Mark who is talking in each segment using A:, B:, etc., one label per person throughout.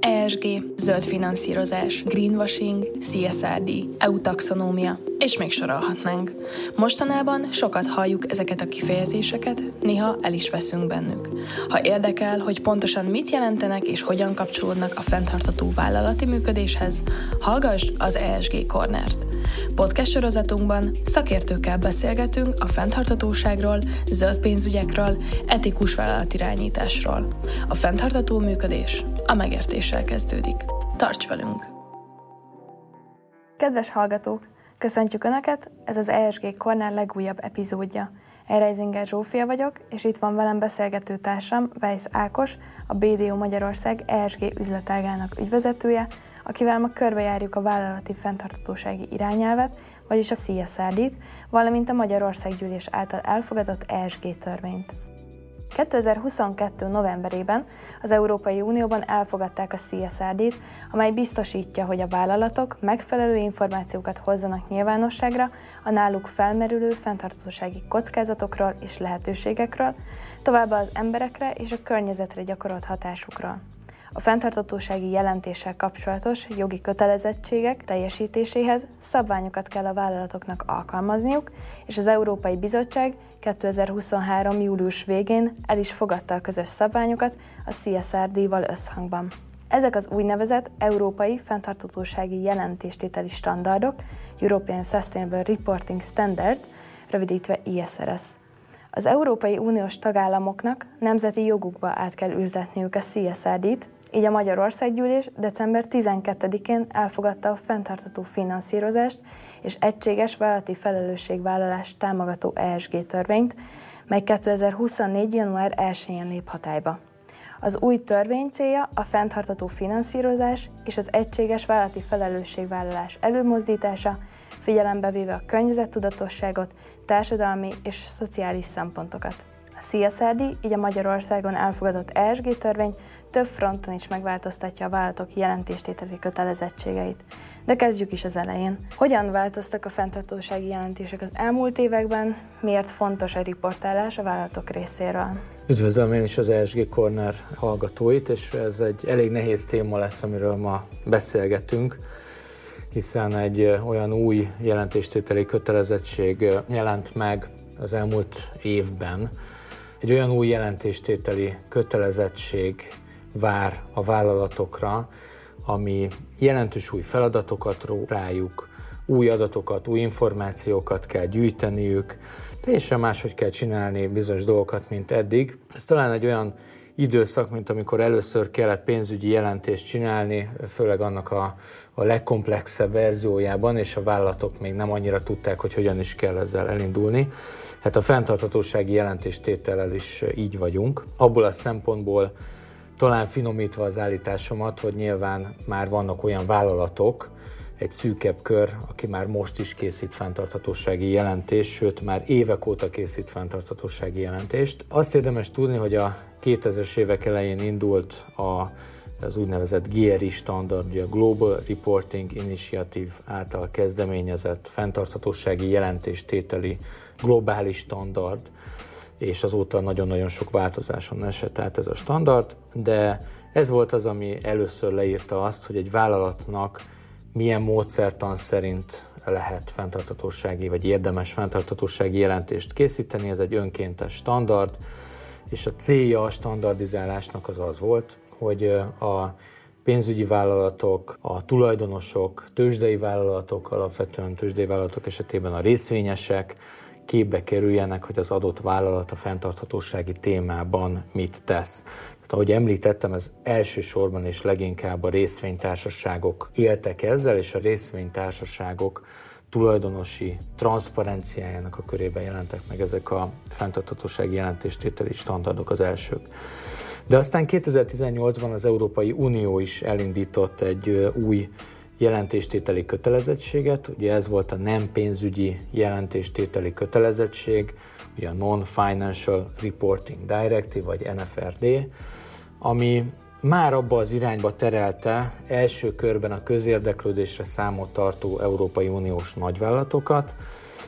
A: ESG, zöld finanszírozás, greenwashing, CSRD, EU taxonómia, és még sorolhatnánk. Mostanában sokat halljuk ezeket a kifejezéseket, néha el is veszünk bennük. Ha érdekel, hogy pontosan mit jelentenek és hogyan kapcsolódnak a fenntartható vállalati működéshez, hallgassd az ESG Cornert. Podcast sorozatunkban szakértőkkel beszélgetünk a fenntarthatóságról, zöld pénzügyekről, etikus vállalatirányításról. A fenntartható működés a megértéssel kezdődik. Tarts velünk!
B: Kedves hallgatók! Köszöntjük Önöket! Ez az ESG Corner legújabb epizódja. Reisinger Zsófia vagyok, és itt van velem beszélgető társam, Weisz Ákos, a BDO Magyarország ESG üzletágának ügyvezetője, akivel ma körbejárjuk a vállalati fenntarthatósági irányelvet, vagyis a CSRD-t, valamint a Magyarországgyűlés által elfogadott ESG törvényt. 2022. novemberében az Európai Unióban elfogadták a CSRD-t, amely biztosítja, hogy a vállalatok megfelelő információkat hozzanak nyilvánosságra a náluk felmerülő fenntarthatósági kockázatokról és lehetőségekről, továbbá az emberekre és a környezetre gyakorolt hatásukról. A fenntarthatósági jelentéssel kapcsolatos jogi kötelezettségek teljesítéséhez szabványokat kell a vállalatoknak alkalmazniuk, és az Európai Bizottság 2023. július végén el is fogadta a közös szabványokat a CSRD-val összhangban. Ezek az úgynevezett Európai Fenntarthatósági Jelentéstételi Standardok, European Sustainable Reporting Standards, rövidítve ISRS. Az Európai Uniós tagállamoknak nemzeti jogukba át kell ültetniük a CSRD-t, így a Magyarországgyűlés december 12-én elfogadta a fenntartható finanszírozást és egységes vállalati felelősségvállalást támogató ESG törvényt, mely 2024. január 1-én lép hatályba. Az új törvény célja a fenntartható finanszírozás és az egységes vállalati felelősségvállalás előmozdítása, figyelembe véve a környezettudatosságot, társadalmi és szociális szempontokat. A CSRD, így a Magyarországon elfogadott ESG törvény több fronton is megváltoztatja a vállalatok jelentéstételi kötelezettségeit. De kezdjük is az elején. Hogyan változtak a fenntarthatósági jelentések az elmúlt években? Miért fontos a riportálás a vállalatok részéről?
C: Üdvözlöm én is az ESG Corner hallgatóit, és ez egy elég nehéz téma lesz, amiről ma beszélgetünk, hiszen egy olyan új jelentéstételi kötelezettség jelent meg az elmúlt évben. Egy olyan új jelentéstételi kötelezettség vár a vállalatokra, ami jelentős új feladatokat ró rájuk, új adatokat, új információkat kell gyűjteniük, teljesen máshogy kell csinálni bizonyos dolgokat, mint eddig. Ez talán egy olyan időszak, mint amikor először kellett pénzügyi jelentést csinálni, főleg annak a legkomplexebb verziójában, és a vállalatok még nem annyira tudták, hogy hogyan is kell ezzel elindulni. Hát a fenntarthatósági jelentéstétellel is így vagyunk. Abból a szempontból talán finomítva az állításomat, hogy nyilván már vannak olyan vállalatok, egy szűkebb kör, aki már most is készít fenntarthatósági jelentést, sőt már évek óta készít fenntarthatósági jelentést. Azt érdemes tudni, hogy a 2000-es évek elején indult az úgynevezett GRI standard, a Global Reporting Initiative által kezdeményezett fenntarthatósági jelentéstételi globális standard, és azóta nagyon-nagyon sok változáson esett át ez a standard, de ez volt az, ami először leírta azt, hogy egy vállalatnak milyen módszertan szerint lehet fenntarthatósági, vagy érdemes fenntarthatósági jelentést készíteni. Ez egy önkéntes standard, és a célja a standardizálásnak az volt, hogy a pénzügyi vállalatok, a tulajdonosok, tőzsdei vállalatok, alapvetően tőzsdei vállalatok esetében a részvényesek képbe kerüljenek, hogy az adott vállalat a fenntarthatósági témában mit tesz. Tehát, ahogy említettem, ez elsősorban és leginkább a részvénytársaságok éltek ezzel, és a részvénytársaságok tulajdonosi transzparenciájának a körében jelentek meg ezek a fenntarthatósági jelentéstételi standardok az elsők. De aztán 2018-ban az Európai Unió is elindított egy új jelentéstételi kötelezettséget, ugye ez volt a nem pénzügyi jelentéstételi kötelezettség, ugye a Non-Financial Reporting Directive, vagy NFRD, ami már abba az irányba terelte első körben a közérdeklődésre számot tartó Európai Uniós nagyvállalatokat,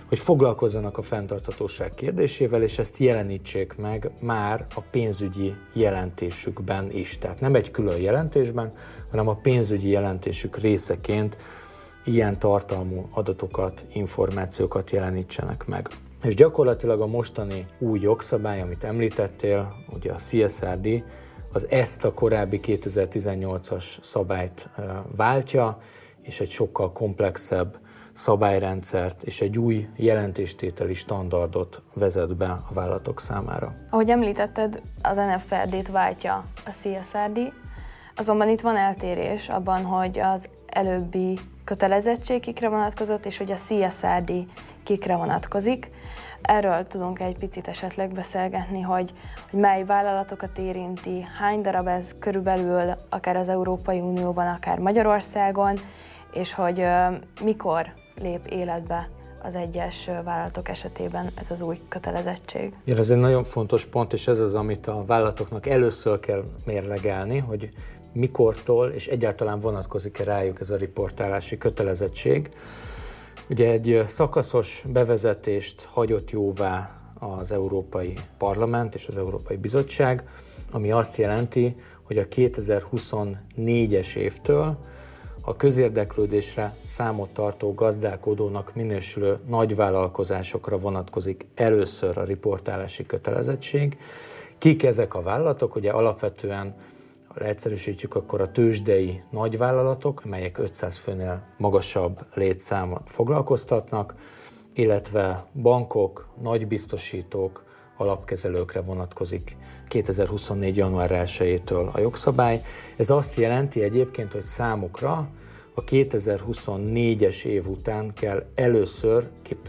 C: hogy foglalkozzanak a fenntarthatóság kérdésével, és ezt jelenítsék meg már a pénzügyi jelentésükben is. Tehát nem egy külön jelentésben, hanem a pénzügyi jelentésük részeként ilyen tartalmú adatokat, információkat jelenítsenek meg. És gyakorlatilag a mostani új jogszabály, amit említettél, ugye a CSRD, az ezt a korábbi 2018-as szabályt váltja, és egy sokkal komplexebb szabályrendszert és egy új jelentéstételi standardot vezet be a vállalatok számára.
B: Ahogy említetted, az NFRD-t váltja a CSRD, azonban itt van eltérés abban, hogy az előbbi kötelezettség kikre vonatkozott, és hogy a CSRD kikre vonatkozik. Erről tudunk egy picit esetleg beszélgetni, hogy mely vállalatokat érinti, hány darab ez körülbelül, akár az Európai Unióban, akár Magyarországon, és hogy mikor lép életbe az egyes vállalatok esetében ez az új kötelezettség.
C: Igen, ez egy nagyon fontos pont, és ez az, amit a vállalatoknak először kell mérlegelni, hogy mikortól és egyáltalán vonatkozik-e rájuk ez a riportálási kötelezettség. Ugye egy szakaszos bevezetést hagyott jóvá az Európai Parlament és az Európai Bizottság, ami azt jelenti, hogy a 2024-es évtől a közérdeklődésre számot tartó gazdálkodónak minősülő nagyvállalkozásokra vonatkozik először a riportálási kötelezettség. Kik ezek a vállalatok? Ugye alapvetően, ha leegyszerűsítjük, akkor a tőzsdei nagyvállalatok, amelyek 500 főnél magasabb létszámot foglalkoztatnak, illetve bankok, nagybiztosítók, alapkezelőkre vonatkozik 2024. január 1-től a jogszabály. Ez azt jelenti egyébként, hogy számukra a 2024-es év után kell először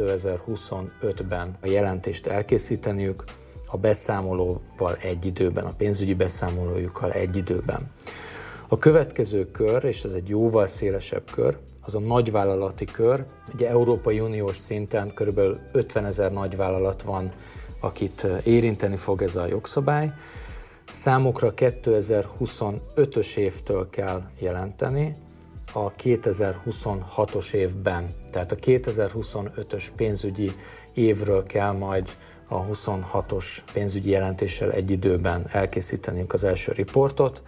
C: 2025-ben a jelentést elkészíteniük a beszámolóval egy időben, a pénzügyi beszámolójukkal egy időben. A következő kör, és ez egy jóval szélesebb kör, az a nagyvállalati kör. Ugye Európai Uniós szinten kb. 50 000 nagyvállalat van, akit érinteni fog ez a jogszabály. Számukra 2025-ös évtől kell jelenteni, a 2026-os évben. Tehát a 2025-ös pénzügyi évről kell majd a 26-os pénzügyi jelentéssel egy időben elkészíteniük az első riportot.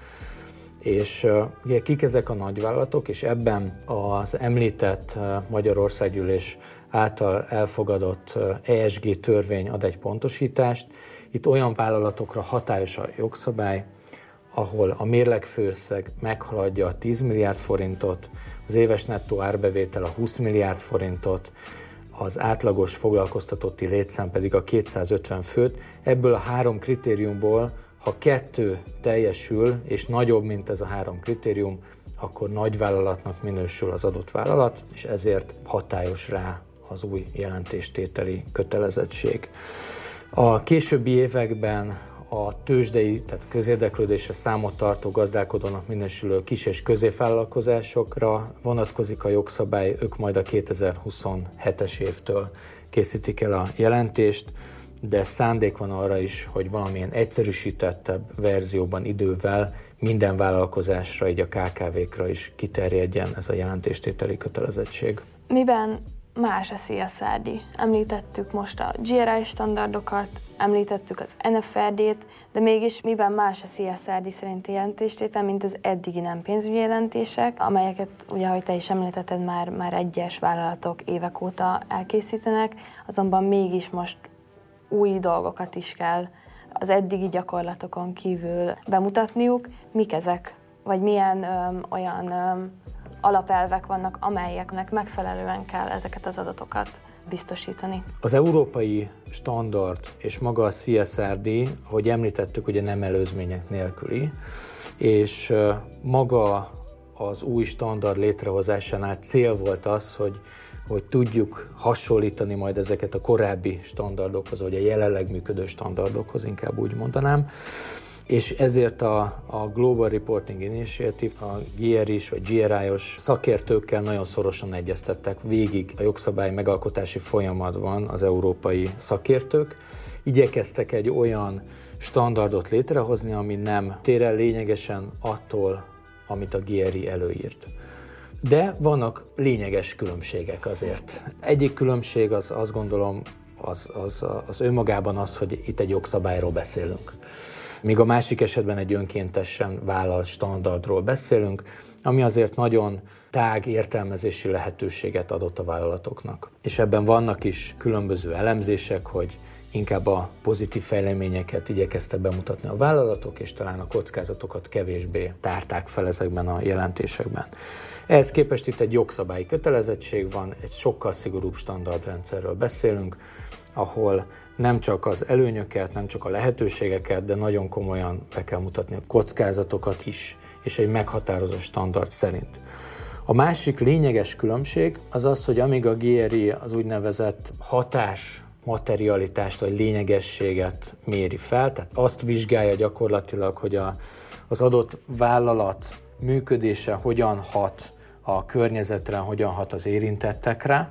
C: És ugye kik ezek a nagyvállalatok, és ebben az említett Magyarországgyűlés által elfogadott ESG törvény ad egy pontosítást. Itt olyan vállalatokra hatályos a jogszabály, ahol a mérlegfőösszeg meghaladja a 10 milliárd forintot, az éves nettó árbevétel a 20 milliárd forintot, az átlagos foglalkoztatotti létszám pedig a 250 főt. Ebből a 3 kritériumból, ha 2 teljesül, és nagyobb, mint ez a 3 kritérium, akkor nagyvállalatnak minősül az adott vállalat, és ezért hatályos rá az új jelentéstételi kötelezettség. A későbbi években a tőzsdei, tehát közérdeklődésre számot tartó gazdálkodónak minősülő kis- és középvállalkozásokra vonatkozik a jogszabály, ők majd a 2027-es évtől készítik el a jelentést, de szándék van arra is, hogy valamilyen egyszerűsítettebb verzióban idővel minden vállalkozásra, így a KKV-kra is kiterjedjen ez a jelentéstételi kötelezettség.
B: Miben más a CSRD? Említettük most a GRI standardokat, említettük az NFRD-t, de mégis miben más a CSRD szerinti jelentéstétel, mint az eddigi nem pénzügyi jelentések, amelyeket, ugye, ahogy te is említetted, már egyes vállalatok évek óta elkészítenek, azonban mégis most új dolgokat is kell az eddigi gyakorlatokon kívül bemutatniuk. Mik ezek? Vagy milyen olyan alapelvek vannak, amelyeknek megfelelően kell ezeket az adatokat biztosítani? Az
C: európai standard és maga a CSRD, ahogy említettük, ugye nem előzmények nélküli, és maga az új standard létrehozásánál cél volt az, hogy tudjuk hasonlítani majd ezeket a korábbi standardokhoz, vagy a jelenleg működő standardokhoz, inkább úgy mondanám. És ezért a Global Reporting Initiative, a GRI-s vagy GRI-os szakértőkkel nagyon szorosan egyeztettek végig a jogszabály megalkotási folyamatban az európai szakértők. Igyekeztek egy olyan standardot létrehozni, ami nem tér el lényegesen attól, amit a GRI előírt. De vannak lényeges különbségek azért. Egyik különbség az azt gondolom, az önmagában az, hogy itt egy jogszabályról beszélünk. Míg a másik esetben egy önkéntesen vállalt standardról beszélünk, ami azért nagyon tág értelmezési lehetőséget adott a vállalatoknak. És ebben vannak is különböző elemzések, hogy inkább a pozitív fejleményeket igyekeztek bemutatni a vállalatok, és talán a kockázatokat kevésbé tárták fel ezekben a jelentésekben. Ehhez képest itt egy jogszabályi kötelezettség van, egy sokkal szigorúbb standardrendszerről beszélünk, ahol nem csak az előnyöket, nem csak a lehetőségeket, de nagyon komolyan be kell mutatni a kockázatokat is, és egy meghatározott standard szerint. A másik lényeges különbség az az, hogy amíg a GRI az úgynevezett hatás materialitást vagy lényegességet méri fel, tehát azt vizsgálja gyakorlatilag, hogy az adott vállalat működése hogyan hat a környezetre, hogyan hat az érintettekre,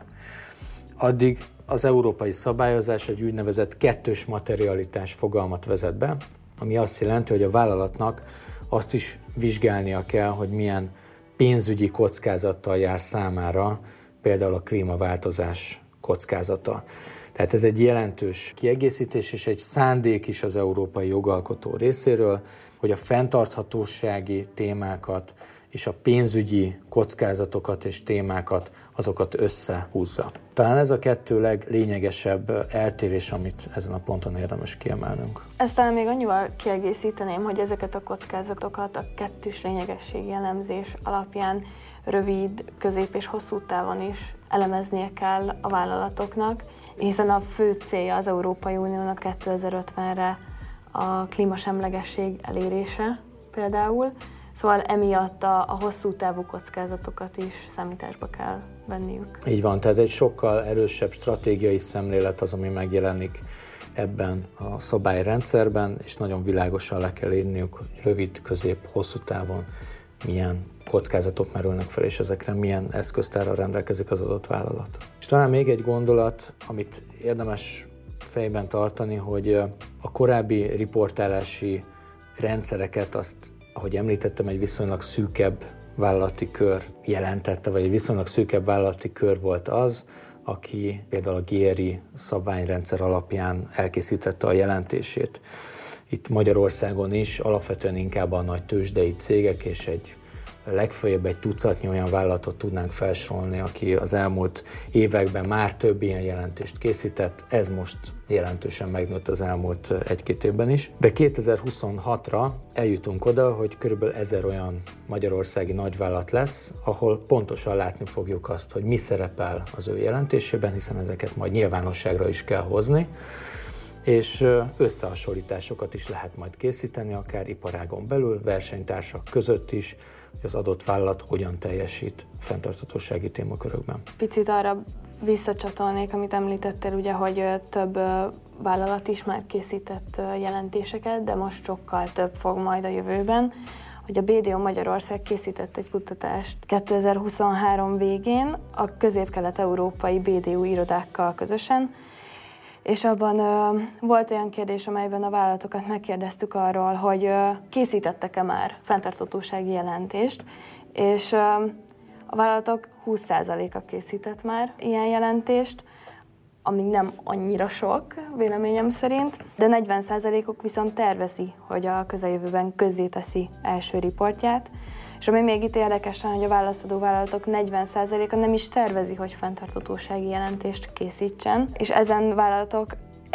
C: addig az európai szabályozás egy úgynevezett kettős materialitás fogalmat vezet be, ami azt jelenti, hogy a vállalatnak azt is vizsgálnia kell, hogy milyen pénzügyi kockázattal jár számára, például a klímaváltozás kockázata. Tehát ez egy jelentős kiegészítés és egy szándék is az európai jogalkotó részéről, hogy a fenntarthatósági témákat és a pénzügyi kockázatokat és témákat, azokat összehúzza. Talán ez a kettő leglényegesebb eltérés, amit ezen a ponton érdemes kiemelnünk.
B: Ezt talán még annyival kiegészíteném, hogy ezeket a kockázatokat a kettős lényegességi elemzés alapján rövid, közép és hosszú távon is elemeznie kell a vállalatoknak, hiszen a fő célja az Európai Uniónak 2050-re a klímasemlegesség elérése például, szóval emiatt a hosszú távú kockázatokat is számításba kell venniük.
C: Így van, tehát egy sokkal erősebb stratégiai szemlélet az, ami megjelenik ebben a szabályrendszerben, és nagyon világosan le kell írniuk, hogy rövid, közép, hosszú távon milyen kockázatok merülnek fel, és ezekre milyen eszköztárral rendelkezik az adott vállalat. És talán még egy gondolat, amit érdemes fejben tartani, hogy a korábbi riportálási rendszereket azt, ahogy említettem, egy viszonylag szűkebb vállalati kör jelentette, vagy egy viszonylag szűkebb vállalati kör volt az, aki például a GRI szabványrendszer alapján elkészítette a jelentését. Itt Magyarországon is alapvetően inkább a nagy tőzsdei cégek és legfeljebb egy tucatnyi olyan vállalatot tudnánk felsorolni, aki az elmúlt években már több ilyen jelentést készített. Ez most jelentősen megnőtt az elmúlt 1-2 évben is. De 2026-ra eljutunk oda, hogy körülbelül 1000 olyan magyarországi nagyvállalat lesz, ahol pontosan látni fogjuk azt, hogy mi szerepel az ő jelentésében, hiszen ezeket majd nyilvánosságra is kell hozni, és összehasonlításokat is lehet majd készíteni, akár iparágon belül, versenytársak között is, hogy az adott vállalat hogyan teljesít fenntarthatósági témakörökben.
B: Picit arra visszacsatolnék, amit említettél, ugye, hogy több vállalat is már készített jelentéseket, de most sokkal több fog majd a jövőben. Hogy a BDO Magyarország készített egy kutatást 2023 végén a közép-kelet-európai BDO irodákkal közösen, és abban volt olyan kérdés, amelyben a vállalatokat megkérdeztük arról, hogy készítettek-e már fenntarthatósági jelentést, és a vállalatok 20%-a készített már ilyen jelentést, ami nem annyira sok, véleményem szerint, de 40%-ok viszont tervezi, hogy a közeljövőben közzéteszi első riportját, és ami még itt érdekesen, hogy a válaszadó vállalatok 40%-a nem is tervezi, hogy fenntarthatósági jelentést készítsen, és ezen vállalatok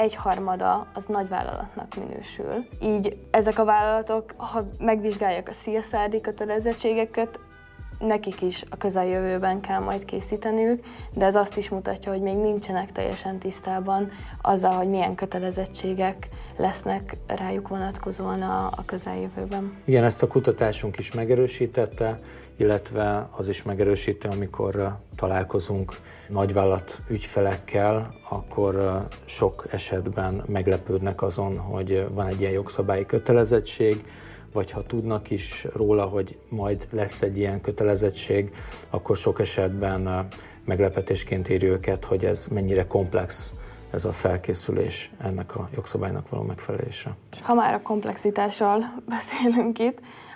B: 1/3 az nagyvállalatnak minősül. Így ezek a vállalatok, ha megvizsgálják a CSRD kötelezettségeket, nekik is a közeljövőben kell majd készíteniük, de ez azt is mutatja, hogy még nincsenek teljesen tisztában azzal, hogy milyen kötelezettségek lesznek rájuk vonatkozóan a közeljövőben.
C: Igen, ezt a kutatásunk is megerősítette, illetve az is megerősíti, amikor találkozunk nagyvállalat ügyfelekkel, akkor sok esetben meglepődnek azon, hogy van egy ilyen jogszabályi kötelezettség, vagy ha tudnak is róla, hogy majd lesz egy ilyen kötelezettség, akkor sok esetben meglepetésként éri őket, hogy ez mennyire komplex, ez a felkészülés ennek a jogszabálynak való megfelelése.
B: Ha már a komplexitásról beszélünk itt,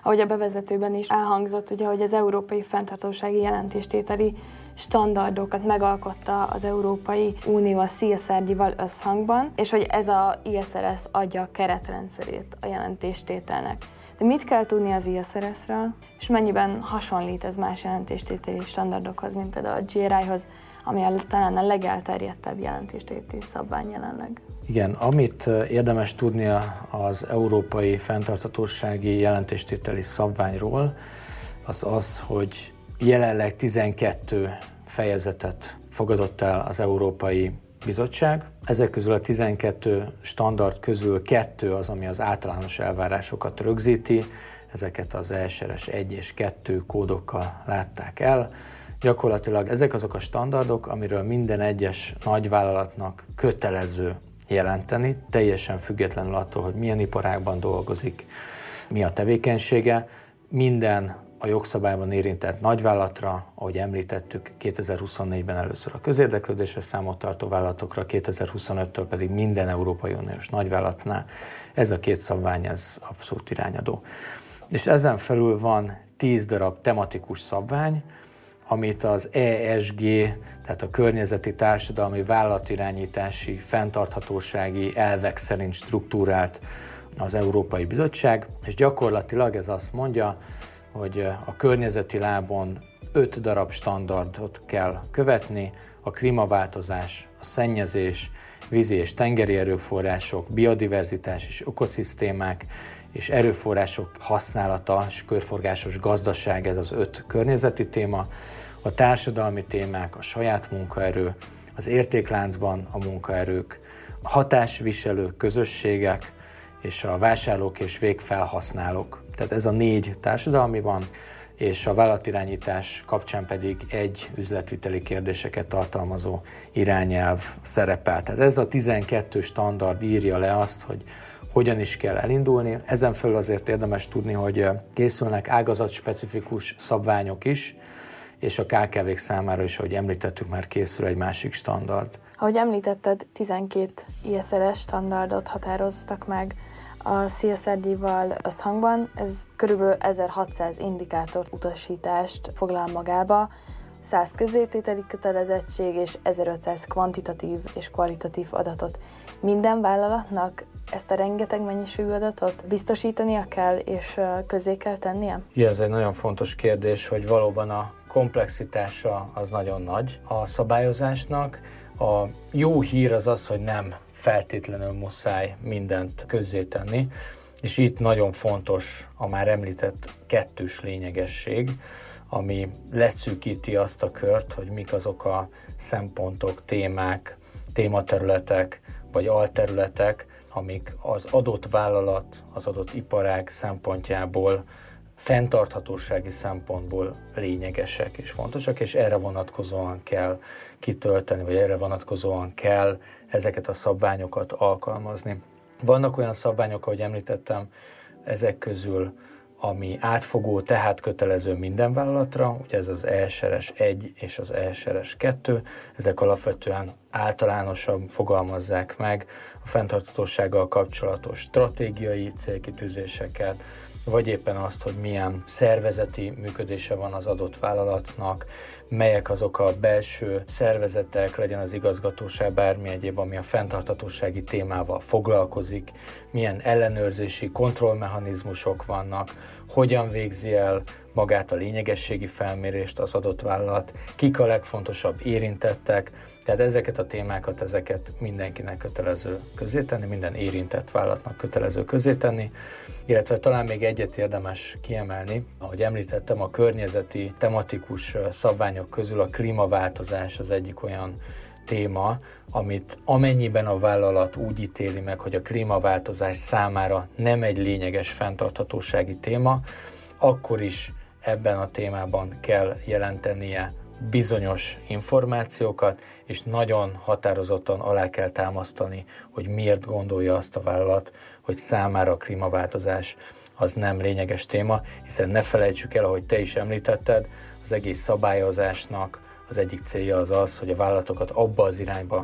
B: Ahogy a bevezetőben is elhangzott, ugye, hogy az európai fenntarthatósági jelentéstételi standardokat megalkotta az Európai Unió a CSRD-val összhangban, és hogy ez a ISRS adja a keretrendszerét a jelentéstételnek. De mit kell tudni az ISRS-ről, és mennyiben hasonlít ez más jelentéstételi standardokhoz, mint például a GRI-hoz, ami talán a legelterjedtebb jelentéstételi szabvány jelenleg?
C: Igen, amit érdemes tudnia az európai fenntarthatósági jelentéstételi szabványról, az az, hogy jelenleg 12 fejezetet fogadott el az Európai Bizottság. Ezek közül a 12 standard közül 2 az, ami az általános elvárásokat rögzíti. Ezeket az ESRS 1 és 2 kódokkal látták el. Gyakorlatilag ezek azok a standardok, amiről minden egyes nagyvállalatnak kötelező jelenteni, teljesen függetlenül attól, hogy milyen iparágban dolgozik, mi a tevékenysége. Minden a jogszabályban érintett nagyvállalatra, ahogy említettük, 2024-ben először a közérdeklődésre számot tartó vállalatokra, 2025-től pedig minden Európai Uniós nagyvállalatnál. Ez a 2 szabvány, ez abszolút irányadó. És ezen felül van 10 darab tematikus szabvány, amit az ESG, tehát a környezeti, társadalmi, vállalatirányítási, fenntarthatósági elvek szerint struktúrált az Európai Bizottság, és gyakorlatilag ez azt mondja, hogy a környezeti lábon 5 darab standardot kell követni, a klímaváltozás, a szennyezés, vízi és tengeri erőforrások, biodiverzitás és ökoszisztémák, és erőforrások használata és körforgásos gazdaság, ez az 5 környezeti téma, a társadalmi témák, a saját munkaerő, az értékláncban a munkaerők, a hatásviselő közösségek és a vásárlók és végfelhasználók. Tehát ez a 4 társadalmi van, és a vállalatirányítás kapcsán pedig egy üzletviteli kérdéseket tartalmazó irányelv szerepel. Tehát ez a 12 standard írja le azt, hogy hogyan is kell elindulni. Ezen föl azért érdemes tudni, hogy készülnek ágazatspecifikus szabványok is, és a KKV-k számára is, ahogy említettük, már készül egy másik standard.
B: Ahogy említetted, 12 ISRS standardot határoztak meg a CSRD-val összhangban. Ez körülbelül 1600 indikátort, utasítást foglal magába, 100 közzétételi kötelezettség és 1500 kvantitatív és kvalitatív adatot. Minden vállalatnak ezt a rengeteg mennyiségű adatot biztosítania kell és közzé kell tennie?
C: Igen, ez egy nagyon fontos kérdés, hogy valóban a komplexitása az nagyon nagy a szabályozásnak. A jó hír az az, hogy nem feltétlenül muszáj mindent közzétenni, és itt nagyon fontos a már említett 2 lényegesség, ami leszűkíti azt a kört, hogy mik azok a szempontok, témák, tématerületek vagy alterületek, amik az adott vállalat, az adott iparág szempontjából, fenntarthatósági szempontból lényegesek és fontosak, és erre vonatkozóan kell kitölteni, vagy erre vonatkozóan kell ezeket a szabványokat alkalmazni. Vannak olyan szabványok, ahogy említettem, ezek közül, ami átfogó, tehát kötelező minden vállalatra, ugye ez az ESRS 1 és az ESRS 2, ezek alapvetően általánosan fogalmazzák meg a fenntarthatósággal kapcsolatos stratégiai célkitűzéseket, vagy éppen azt, hogy milyen szervezeti működése van az adott vállalatnak, melyek azok a belső szervezetek, legyen az igazgatóság, bármi egyéb, ami a fenntarthatósági témával foglalkozik, milyen ellenőrzési kontrollmechanizmusok vannak, hogyan végzi el magát a lényegességi felmérést az adott vállalat, kik a legfontosabb érintettek, tehát ezeket a témákat, ezeket mindenkinek kötelező közzétenni, minden érintett vállalatnak kötelező közzétenni, illetve talán még egyet érdemes kiemelni, ahogy említettem, a környezeti tematikus szabványok közül a klímaváltozás az egyik olyan téma, amit amennyiben a vállalat úgy ítéli meg, hogy a klímaváltozás számára nem egy lényeges fenntarthatósági téma, akkor is ebben a témában kell jelentenie bizonyos információkat, és nagyon határozottan alá kell támasztani, hogy miért gondolja azt a vállalat, hogy számára a klímaváltozás az nem lényeges téma, hiszen ne felejtsük el, ahogy te is említetted, az egész szabályozásnak az egyik célja az az, hogy a vállalatokat abba az irányba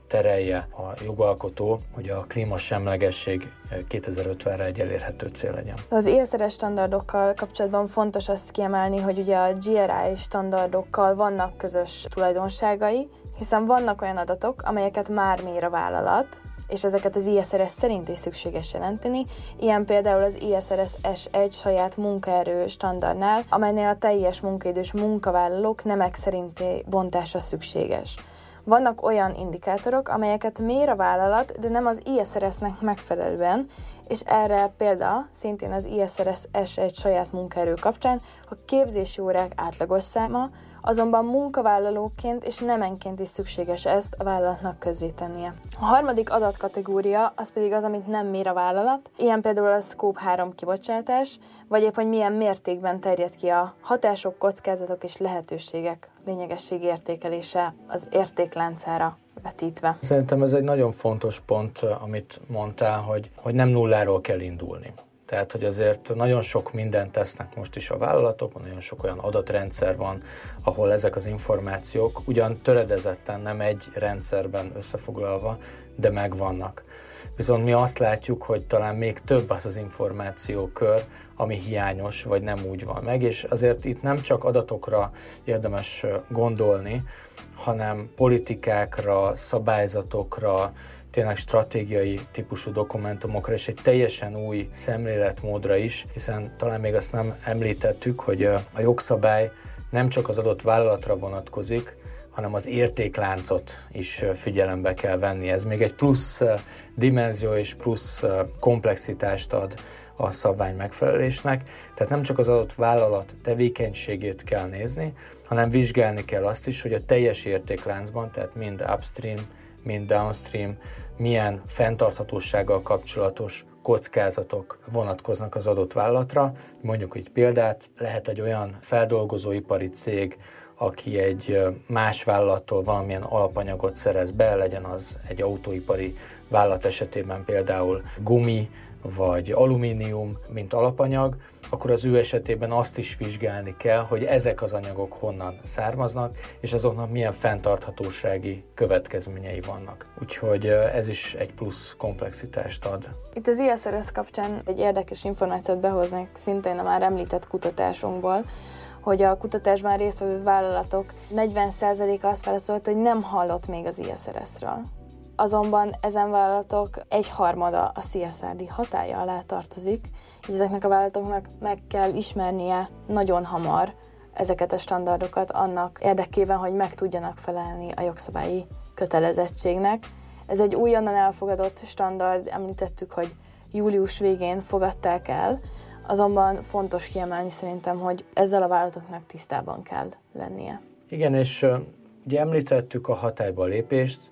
C: terelje a jogalkotó, hogy a klímasemlegesség 2050-re egy elérhető cél legyen.
B: Az ISRS standardokkal kapcsolatban fontos azt kiemelni, hogy ugye a GRI standardokkal vannak közös tulajdonságai, hiszen vannak olyan adatok, amelyeket már mér a vállalat, és ezeket az ISRS szerint is szükséges jelenteni, ilyen például az ISRS S1 saját munkaerő standardnál, amelynél a teljes munkaidős munkavállalók nemek szerinti bontása szükséges. Vannak olyan indikátorok, amelyeket mér a vállalat, de nem az ISRS-nek megfelelően, és erre példa szintén az ISRS S1 saját munkaerő kapcsán a képzési órák átlagos száma, azonban munkavállalóként és nemenként is szükséges ezt a vállalatnak közzétennie. A harmadik adatkategória az pedig az, amit nem mér a vállalat, ilyen például a Scope 3 kibocsátás, vagy épp, hogy milyen mértékben terjed ki a hatások, kockázatok és lehetőségek lényegességi értékelése az értékláncára vetítve.
C: Szerintem ez egy nagyon fontos pont, amit mondtál, hogy nem nulláról kell indulni. Tehát, hogy azért nagyon sok mindent tesznek most is a vállalatok, nagyon sok olyan adatrendszer van, ahol ezek az információk ugyan töredezetten, nem egy rendszerben összefoglalva, de megvannak. Viszont mi azt látjuk, hogy talán még több az információkör, ami hiányos, vagy nem úgy van meg, és azért itt nem csak adatokra érdemes gondolni, hanem politikákra, szabályzatokra, tényleg stratégiai típusú dokumentumokra és egy teljesen új szemléletmódra is, hiszen talán még azt nem említettük, hogy a jogszabály nem csak az adott vállalatra vonatkozik, hanem az értékláncot is figyelembe kell venni. Ez még egy plusz dimenzió és plusz komplexitást ad a szabvány megfelelésnek. Tehát nem csak az adott vállalat tevékenységét kell nézni, hanem vizsgálni kell azt is, hogy a teljes értékláncban, tehát mind upstream, mind downstream, milyen fenntarthatósággal kapcsolatos kockázatok vonatkoznak az adott vállalatra. Mondjuk egy példát, lehet egy olyan feldolgozóipari cég, aki egy más vállalattól valamilyen alapanyagot szerez be, legyen az egy autóipari vállalat esetében például gumi vagy alumínium, mint alapanyag, akkor az ő esetében azt is vizsgálni kell, hogy ezek az anyagok honnan származnak, és azoknak milyen fenntarthatósági következményei vannak. Úgyhogy ez is egy plusz komplexitást ad.
B: Itt az ISRS kapcsán egy érdekes információt behoznék szintén a már említett kutatásunkból, hogy a kutatásban résztvevő vállalatok 40%-a azt válaszolta, hogy nem hallott még az ISRS-ről. Azonban ezen vállalatok 1/3 a CSRD hatálya alá tartozik, így ezeknek a vállalatoknak meg kell ismernie nagyon hamar ezeket a standardokat annak érdekében, hogy meg tudjanak felelni a jogszabályi kötelezettségnek. Ez egy újonnan elfogadott standard, említettük, hogy július végén fogadták el, azonban fontos kiemelni szerintem, hogy ezzel a vállalatoknak tisztában kell lennie.
C: Igen, és ugye említettük a hatályba lépést,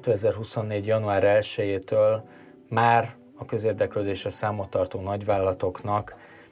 C: 2024. január 1-től már a közérdeklődésre számot tartó nagyvállalatoknak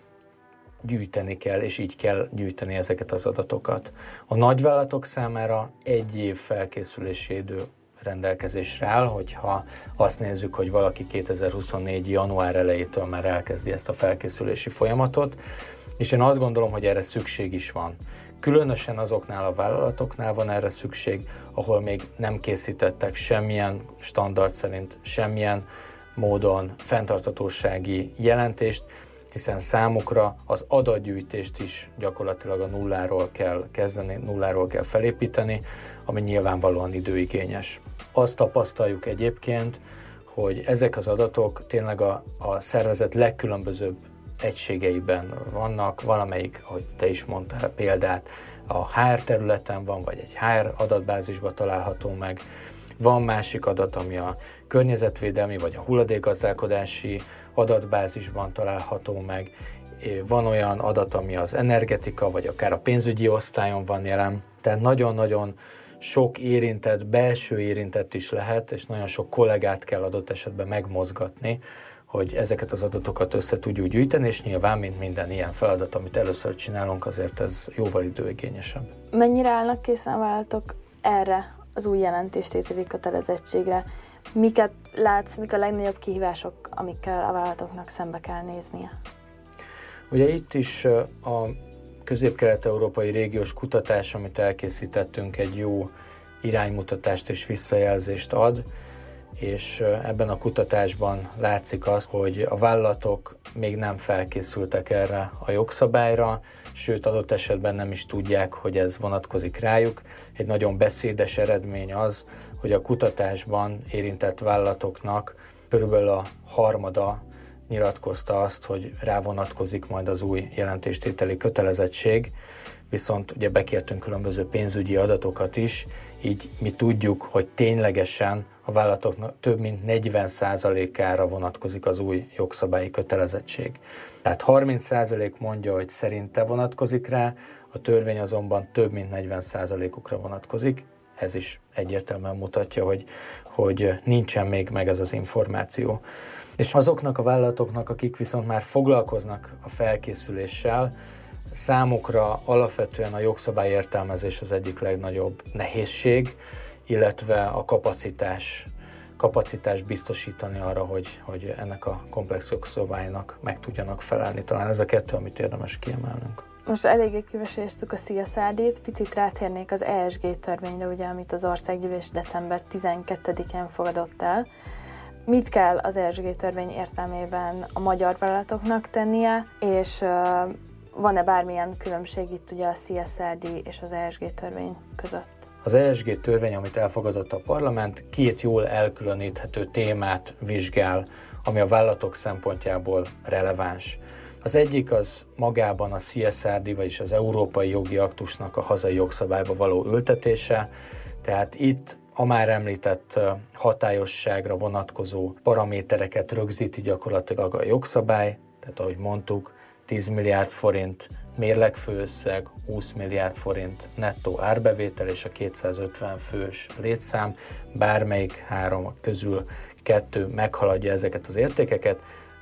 C: gyűjteni kell, és így kell gyűjteni ezeket az adatokat. A nagyvállalatok számára 1 év felkészülési idő rendelkezésre áll, hogyha azt nézzük, hogy valaki 2024. január elejétől már elkezdi ezt a felkészülési folyamatot, és én azt gondolom, hogy erre szükség is van. Különösen azoknál a vállalatoknál van erre szükség, ahol még nem készítettek semmilyen standard szerint, semmilyen módon fenntarthatósági jelentést, hiszen számukra az adatgyűjtést is gyakorlatilag a nulláról kell kezdeni, nulláról kell felépíteni, ami nyilvánvalóan időigényes. Azt tapasztaljuk egyébként, hogy ezek az adatok tényleg a szervezet legkülönbözőbb egységeiben vannak, valamelyik, ahogy te is mondtál példát, a HR területen van, vagy egy HR adatbázisban található meg. Van másik adat, ami a környezetvédelmi, vagy a hulladékgazdálkodási adatbázisban található meg. Van olyan adat, ami az energetika, vagy akár a pénzügyi osztályon van jelen. Tehát nagyon-nagyon sok érintett, belső érintett is lehet, és nagyon sok kollégát kell adott esetben megmozgatni, hogy ezeket az adatokat össze tudjuk gyűjteni, és nyilván, mint minden ilyen feladat, amit először csinálunk, azért ez jóval időigényesebb.
B: Mennyire állnak készen a vállalatok erre az új jelentéstételi kötelezettségre? Miket látsz, mik a legnagyobb kihívások, amikkel a vállalatoknak szembe kell néznie?
C: Ugye itt is a közép-kelet-európai régiós kutatás, amit elkészítettünk, egy jó iránymutatást és visszajelzést ad, és ebben a kutatásban látszik az, hogy a vállalatok még nem felkészültek erre a jogszabályra, sőt adott esetben nem is tudják, hogy ez vonatkozik rájuk. Egy nagyon beszédes eredmény az, hogy a kutatásban érintett vállalatoknak körülbelül a harmada nyilatkozta azt, hogy rá vonatkozik majd az új jelentéstételi kötelezettség, viszont ugye bekértünk különböző pénzügyi adatokat is, így mi tudjuk, hogy ténylegesen a vállalatoknak több mint 40%-ára vonatkozik az új jogszabályi kötelezettség. Tehát 30% mondja, hogy szerinte vonatkozik rá, a törvény azonban több mint 40%-ukra vonatkozik. Ez is egyértelműen mutatja, hogy nincsen még meg ez az információ. És azoknak a vállalatoknak, akik viszont már foglalkoznak a felkészüléssel, számukra alapvetően a jogszabály értelmezés az egyik legnagyobb nehézség, illetve a kapacitás biztosítani arra, hogy ennek a komplex jogszabálynak meg tudjanak felelni. Talán ez a kettő, amit érdemes kiemelnünk.
B: Most eléggé kiveséztük a CSRD-t, picit rátérnék az ESG törvényre, ugye, amit az országgyűlés december 12-én fogadott el. Mit kell az ESG törvény értelmében a magyar vállalatoknak tennie, és van-e bármilyen különbség itt ugye a CSRD és az ESG törvény között?
C: Az ESG törvény, amit elfogadott a parlament, két jól elkülöníthető témát vizsgál, ami a vállalatok szempontjából releváns. Az egyik az magában a CSRD, vagyis az Európai Jogi Aktusnak a hazai jogszabályba való ültetése, tehát itt a már említett hatályosságra vonatkozó paramétereket rögzíti gyakorlatilag a jogszabály, tehát ahogy mondtuk, 10 milliárd forint mérlegfőösszeg, 20 milliárd forint nettó árbevétel és a 250 fős létszám, bármelyik három közül 2 meghaladja ezeket az értékeket,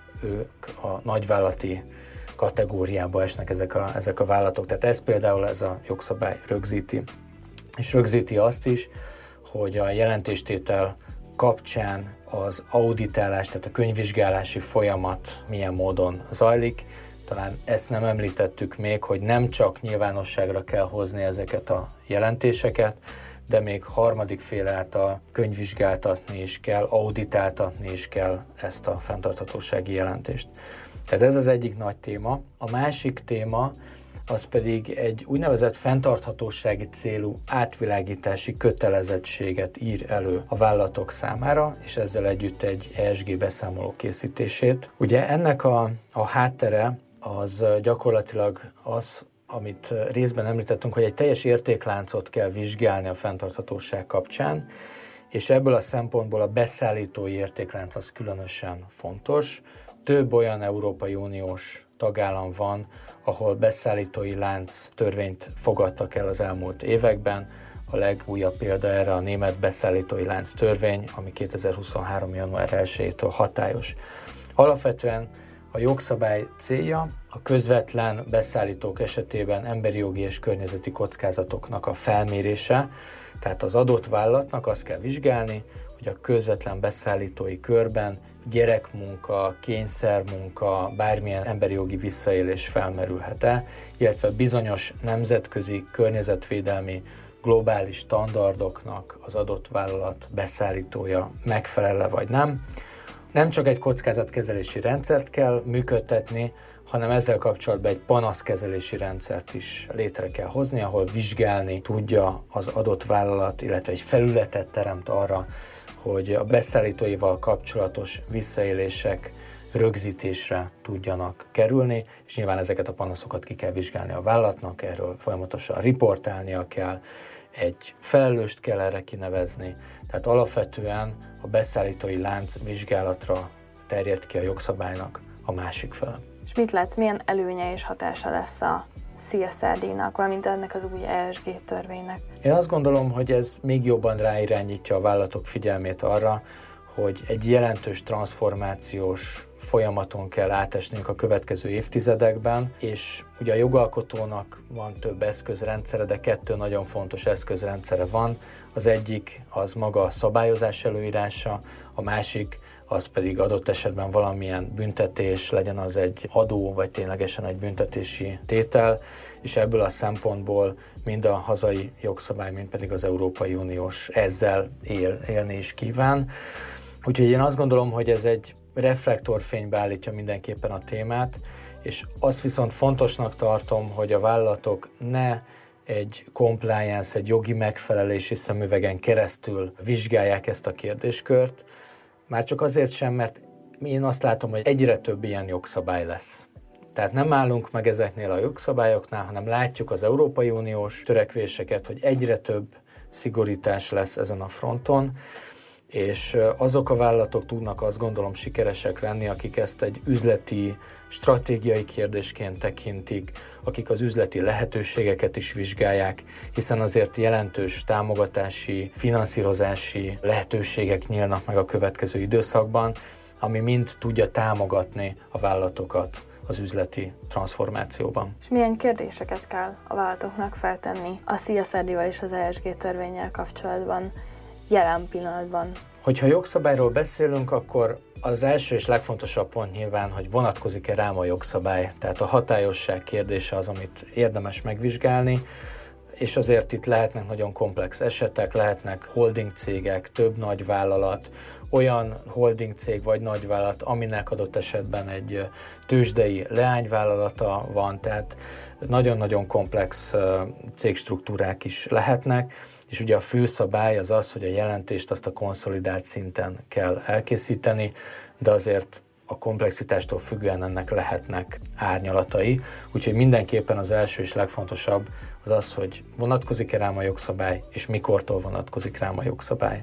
C: ők a nagyvállalati kategóriába esnek ezek a vállalatok. Tehát ez például ez a jogszabály rögzíti. És rögzíti azt is, hogy a jelentéstétel kapcsán az auditálás, tehát a könyvvizsgálási folyamat milyen módon zajlik. Talán ezt nem említettük még, hogy nem csak nyilvánosságra kell hozni ezeket a jelentéseket, de még harmadik fél által könyvvizsgáltatni is kell, auditáltatni is kell ezt a fenntarthatósági jelentést. Tehát ez az egyik nagy téma. A másik téma az pedig egy úgynevezett fenntarthatósági célú átvilágítási kötelezettséget ír elő a vállalatok számára, és ezzel együtt egy ESG beszámoló készítését. Ugye ennek a háttere az gyakorlatilag az, amit részben említettünk, hogy egy teljes értékláncot kell vizsgálni a fenntarthatóság kapcsán, és ebből a szempontból a beszállítói értéklánc az különösen fontos. Több olyan Európai Uniós tagállam van, ahol beszállítói lánc törvényt fogadtak el az elmúlt években. A legújabb példa erre a német beszállítói lánc törvény, ami 2023. január 1-től hatályos. Alapvetően a jogszabály célja a közvetlen beszállítók esetében emberi jogi és környezeti kockázatoknak a felmérése, tehát az adott vállalatnak azt kell vizsgálni, hogy a közvetlen beszállítói körben gyerekmunka, kényszermunka, bármilyen emberi jogi visszaélés felmerülhet-e, illetve bizonyos nemzetközi környezetvédelmi globális standardoknak az adott vállalat beszállítója megfelel-e vagy nem. Nem csak egy kockázatkezelési rendszert kell működtetni, hanem ezzel kapcsolatban egy panaszkezelési rendszert is létre kell hozni, ahol vizsgálni tudja az adott vállalat, illetve egy felületet teremt arra, hogy a beszállítóival kapcsolatos visszaélések rögzítésre tudjanak kerülni, és nyilván ezeket a panaszokat ki kell vizsgálni a vállalatnak, erről folyamatosan riportálnia kell, egy felelőst kell erre kinevezni, tehát alapvetően a beszállítói lánc vizsgálatra terjed ki a jogszabálynak a másik fele.
B: És mit látsz, milyen előnye és hatása lesz a CSRD-nak, valamint ennek az új ESG törvénynek?
C: Én azt gondolom, hogy ez még jobban ráirányítja a vállalatok figyelmét arra, hogy egy jelentős transformációs folyamaton kell átesnünk a következő évtizedekben, és ugye a jogalkotónak van több eszközrendszere, de 2 nagyon fontos eszközrendszere van. Az egyik az maga a szabályozás előírása, a másik az pedig adott esetben valamilyen büntetés, legyen az egy adó, vagy ténylegesen egy büntetési tétel, és ebből a szempontból mind a hazai jogszabály, mind pedig az Európai Uniós ezzel élni is kíván. Úgyhogy én azt gondolom, hogy ez egy reflektorfénybe állítja mindenképpen a témát, és azt viszont fontosnak tartom, hogy a vállalatok ne egy compliance, egy jogi megfelelési szemüvegen keresztül vizsgálják ezt a kérdéskört, már csak azért sem, mert én azt látom, hogy egyre több ilyen jogszabály lesz. Tehát nem állunk meg ezeknél a jogszabályoknál, hanem látjuk az Európai Uniós törekvéseket, hogy egyre több szigorítás lesz ezen a fronton, és azok a vállalatok tudnak, azt gondolom, sikeresek lenni, akik ezt egy üzleti, stratégiai kérdésként tekintik, akik az üzleti lehetőségeket is vizsgálják, hiszen azért jelentős támogatási, finanszírozási lehetőségek nyílnak meg a következő időszakban, ami mind tudja támogatni a vállalatokat az üzleti transformációban.
B: És milyen kérdéseket kell a vállalatoknak feltenni a CSRD-val és az ESG törvénnyel kapcsolatban jelen pillanatban?
C: Hogyha jogszabályról beszélünk, akkor az első és legfontosabb pont nyilván, hogy vonatkozik-e rám a jogszabály. Tehát a hatályosság kérdése az, amit érdemes megvizsgálni, és azért itt lehetnek nagyon komplex esetek, lehetnek holding cégek, több nagy vállalat, olyan holding cég vagy nagyvállalat, aminek adott esetben egy tőzsdei leányvállalata van, tehát nagyon-nagyon komplex cégstruktúrák is lehetnek, és ugye a fő szabály az az, hogy a jelentést azt a konszolidált szinten kell elkészíteni, de azért a komplexitástól függően ennek lehetnek árnyalatai, úgyhogy mindenképpen az első és legfontosabb az az, hogy vonatkozik-e rám a jogszabály, és mikortól vonatkozik rám a jogszabály.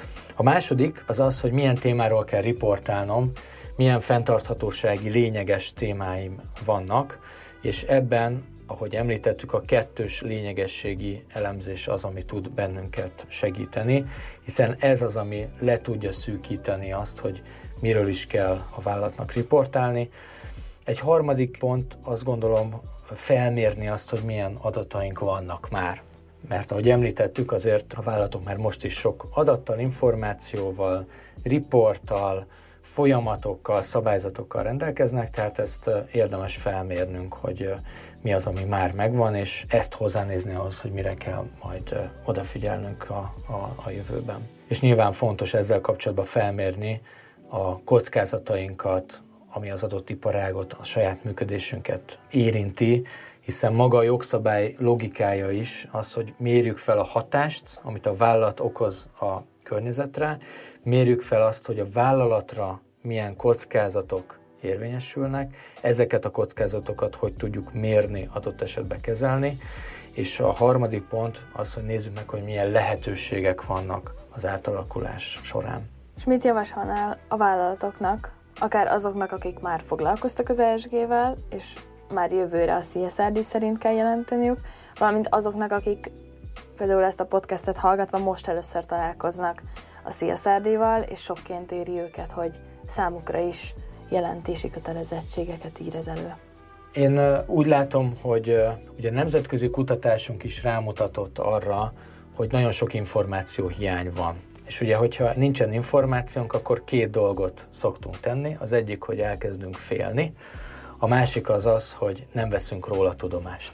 C: A második az az, hogy milyen témáról kell riportálnom, milyen fenntarthatósági lényeges témáim vannak, és ebben, ahogy említettük, a kettős lényegességi elemzés az, ami tud bennünket segíteni, hiszen ez az, ami le tudja szűkíteni azt, hogy miről is kell a vállalatnak riportálni. Egy harmadik pont, azt gondolom, felmérni azt, hogy milyen adataink vannak már. Mert ahogy említettük, azért a vállalatok már most is sok adattal, információval, riporttal, folyamatokkal, szabályzatokkal rendelkeznek, tehát ezt érdemes felmérnünk, hogy mi az, ami már megvan, és ezt hozzánézni ahhoz, hogy mire kell majd odafigyelnünk a jövőben. És nyilván fontos ezzel kapcsolatban felmérni a kockázatainkat, ami az adott iparágot, a saját működésünket érinti, hiszen maga a jogszabály logikája is az, hogy mérjük fel a hatást, amit a vállalat okoz a környezetre, mérjük fel azt, hogy a vállalatra milyen kockázatok érvényesülnek, ezeket a kockázatokat hogy tudjuk mérni, adott esetben kezelni, és a harmadik pont az, hogy nézzük meg, hogy milyen lehetőségek vannak az átalakulás során.
B: És mit javasolnál a vállalatoknak, akár azoknak, akik már foglalkoztak az ESG-vel, és már jövőre a CSRD szerint kell jelenteniük, valamint azoknak, akik például ezt a podcastet hallgatva most először találkoznak a CSRD-val, és sokként éri őket, hogy számukra is jelentési kötelezettségeket ír ez elő.
C: Én úgy látom, hogy ugye a nemzetközi kutatásunk is rámutatott arra, hogy nagyon sok információ hiány van. És ugye, hogyha nincsen információnk, akkor két dolgot szoktunk tenni. Az egyik, hogy elkezdünk félni, a másik az az, hogy nem veszünk róla tudomást.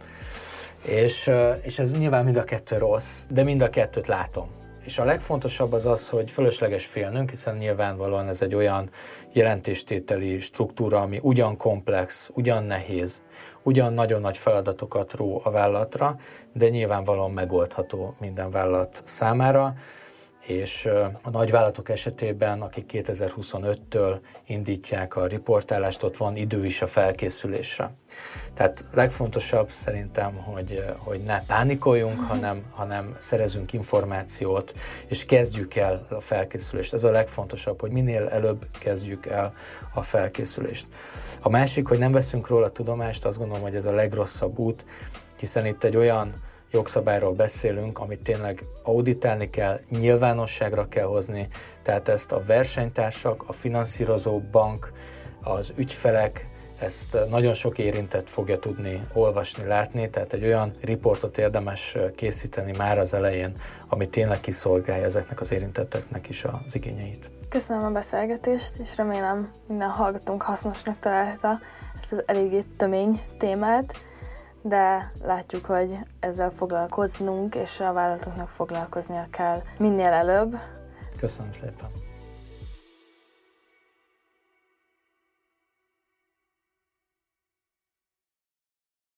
C: És ez nyilván mind a kettő rossz, de mind a kettőt látom. És a legfontosabb az az, hogy fölösleges félnünk, hiszen nyilvánvalóan ez egy olyan jelentéstételi struktúra, ami ugyan komplex, ugyan nehéz, ugyan nagyon nagy feladatokat ró a vállalatra, de nyilvánvalóan megoldható minden vállalat számára. És a nagyvállalatok esetében, akik 2025-től indítják a riportálást, ott van idő is a felkészülésre. Tehát legfontosabb szerintem, hogy ne pánikoljunk, hanem szerezünk információt, és kezdjük el a felkészülést. Ez a legfontosabb, hogy minél előbb kezdjük el a felkészülést. A másik, hogy nem veszünk róla tudomást, azt gondolom, hogy ez a legrosszabb út, hiszen itt egy olyan jogszabályról beszélünk, amit tényleg auditálni kell, nyilvánosságra kell hozni, tehát ezt a versenytársak, a finanszírozó bank, az ügyfelek, ezt nagyon sok érintett fogja tudni olvasni, látni, tehát egy olyan riportot érdemes készíteni már az elején, ami tényleg kiszolgálja ezeknek az érintetteknek is az igényeit.
B: Köszönöm a beszélgetést, és remélem minden hallgatónk hasznosnak találta ezt az eléggé tömény témát, de látjuk, hogy ezzel foglalkoznunk, és a vállalatoknak foglalkoznia kell minél előbb.
C: Köszönöm szépen!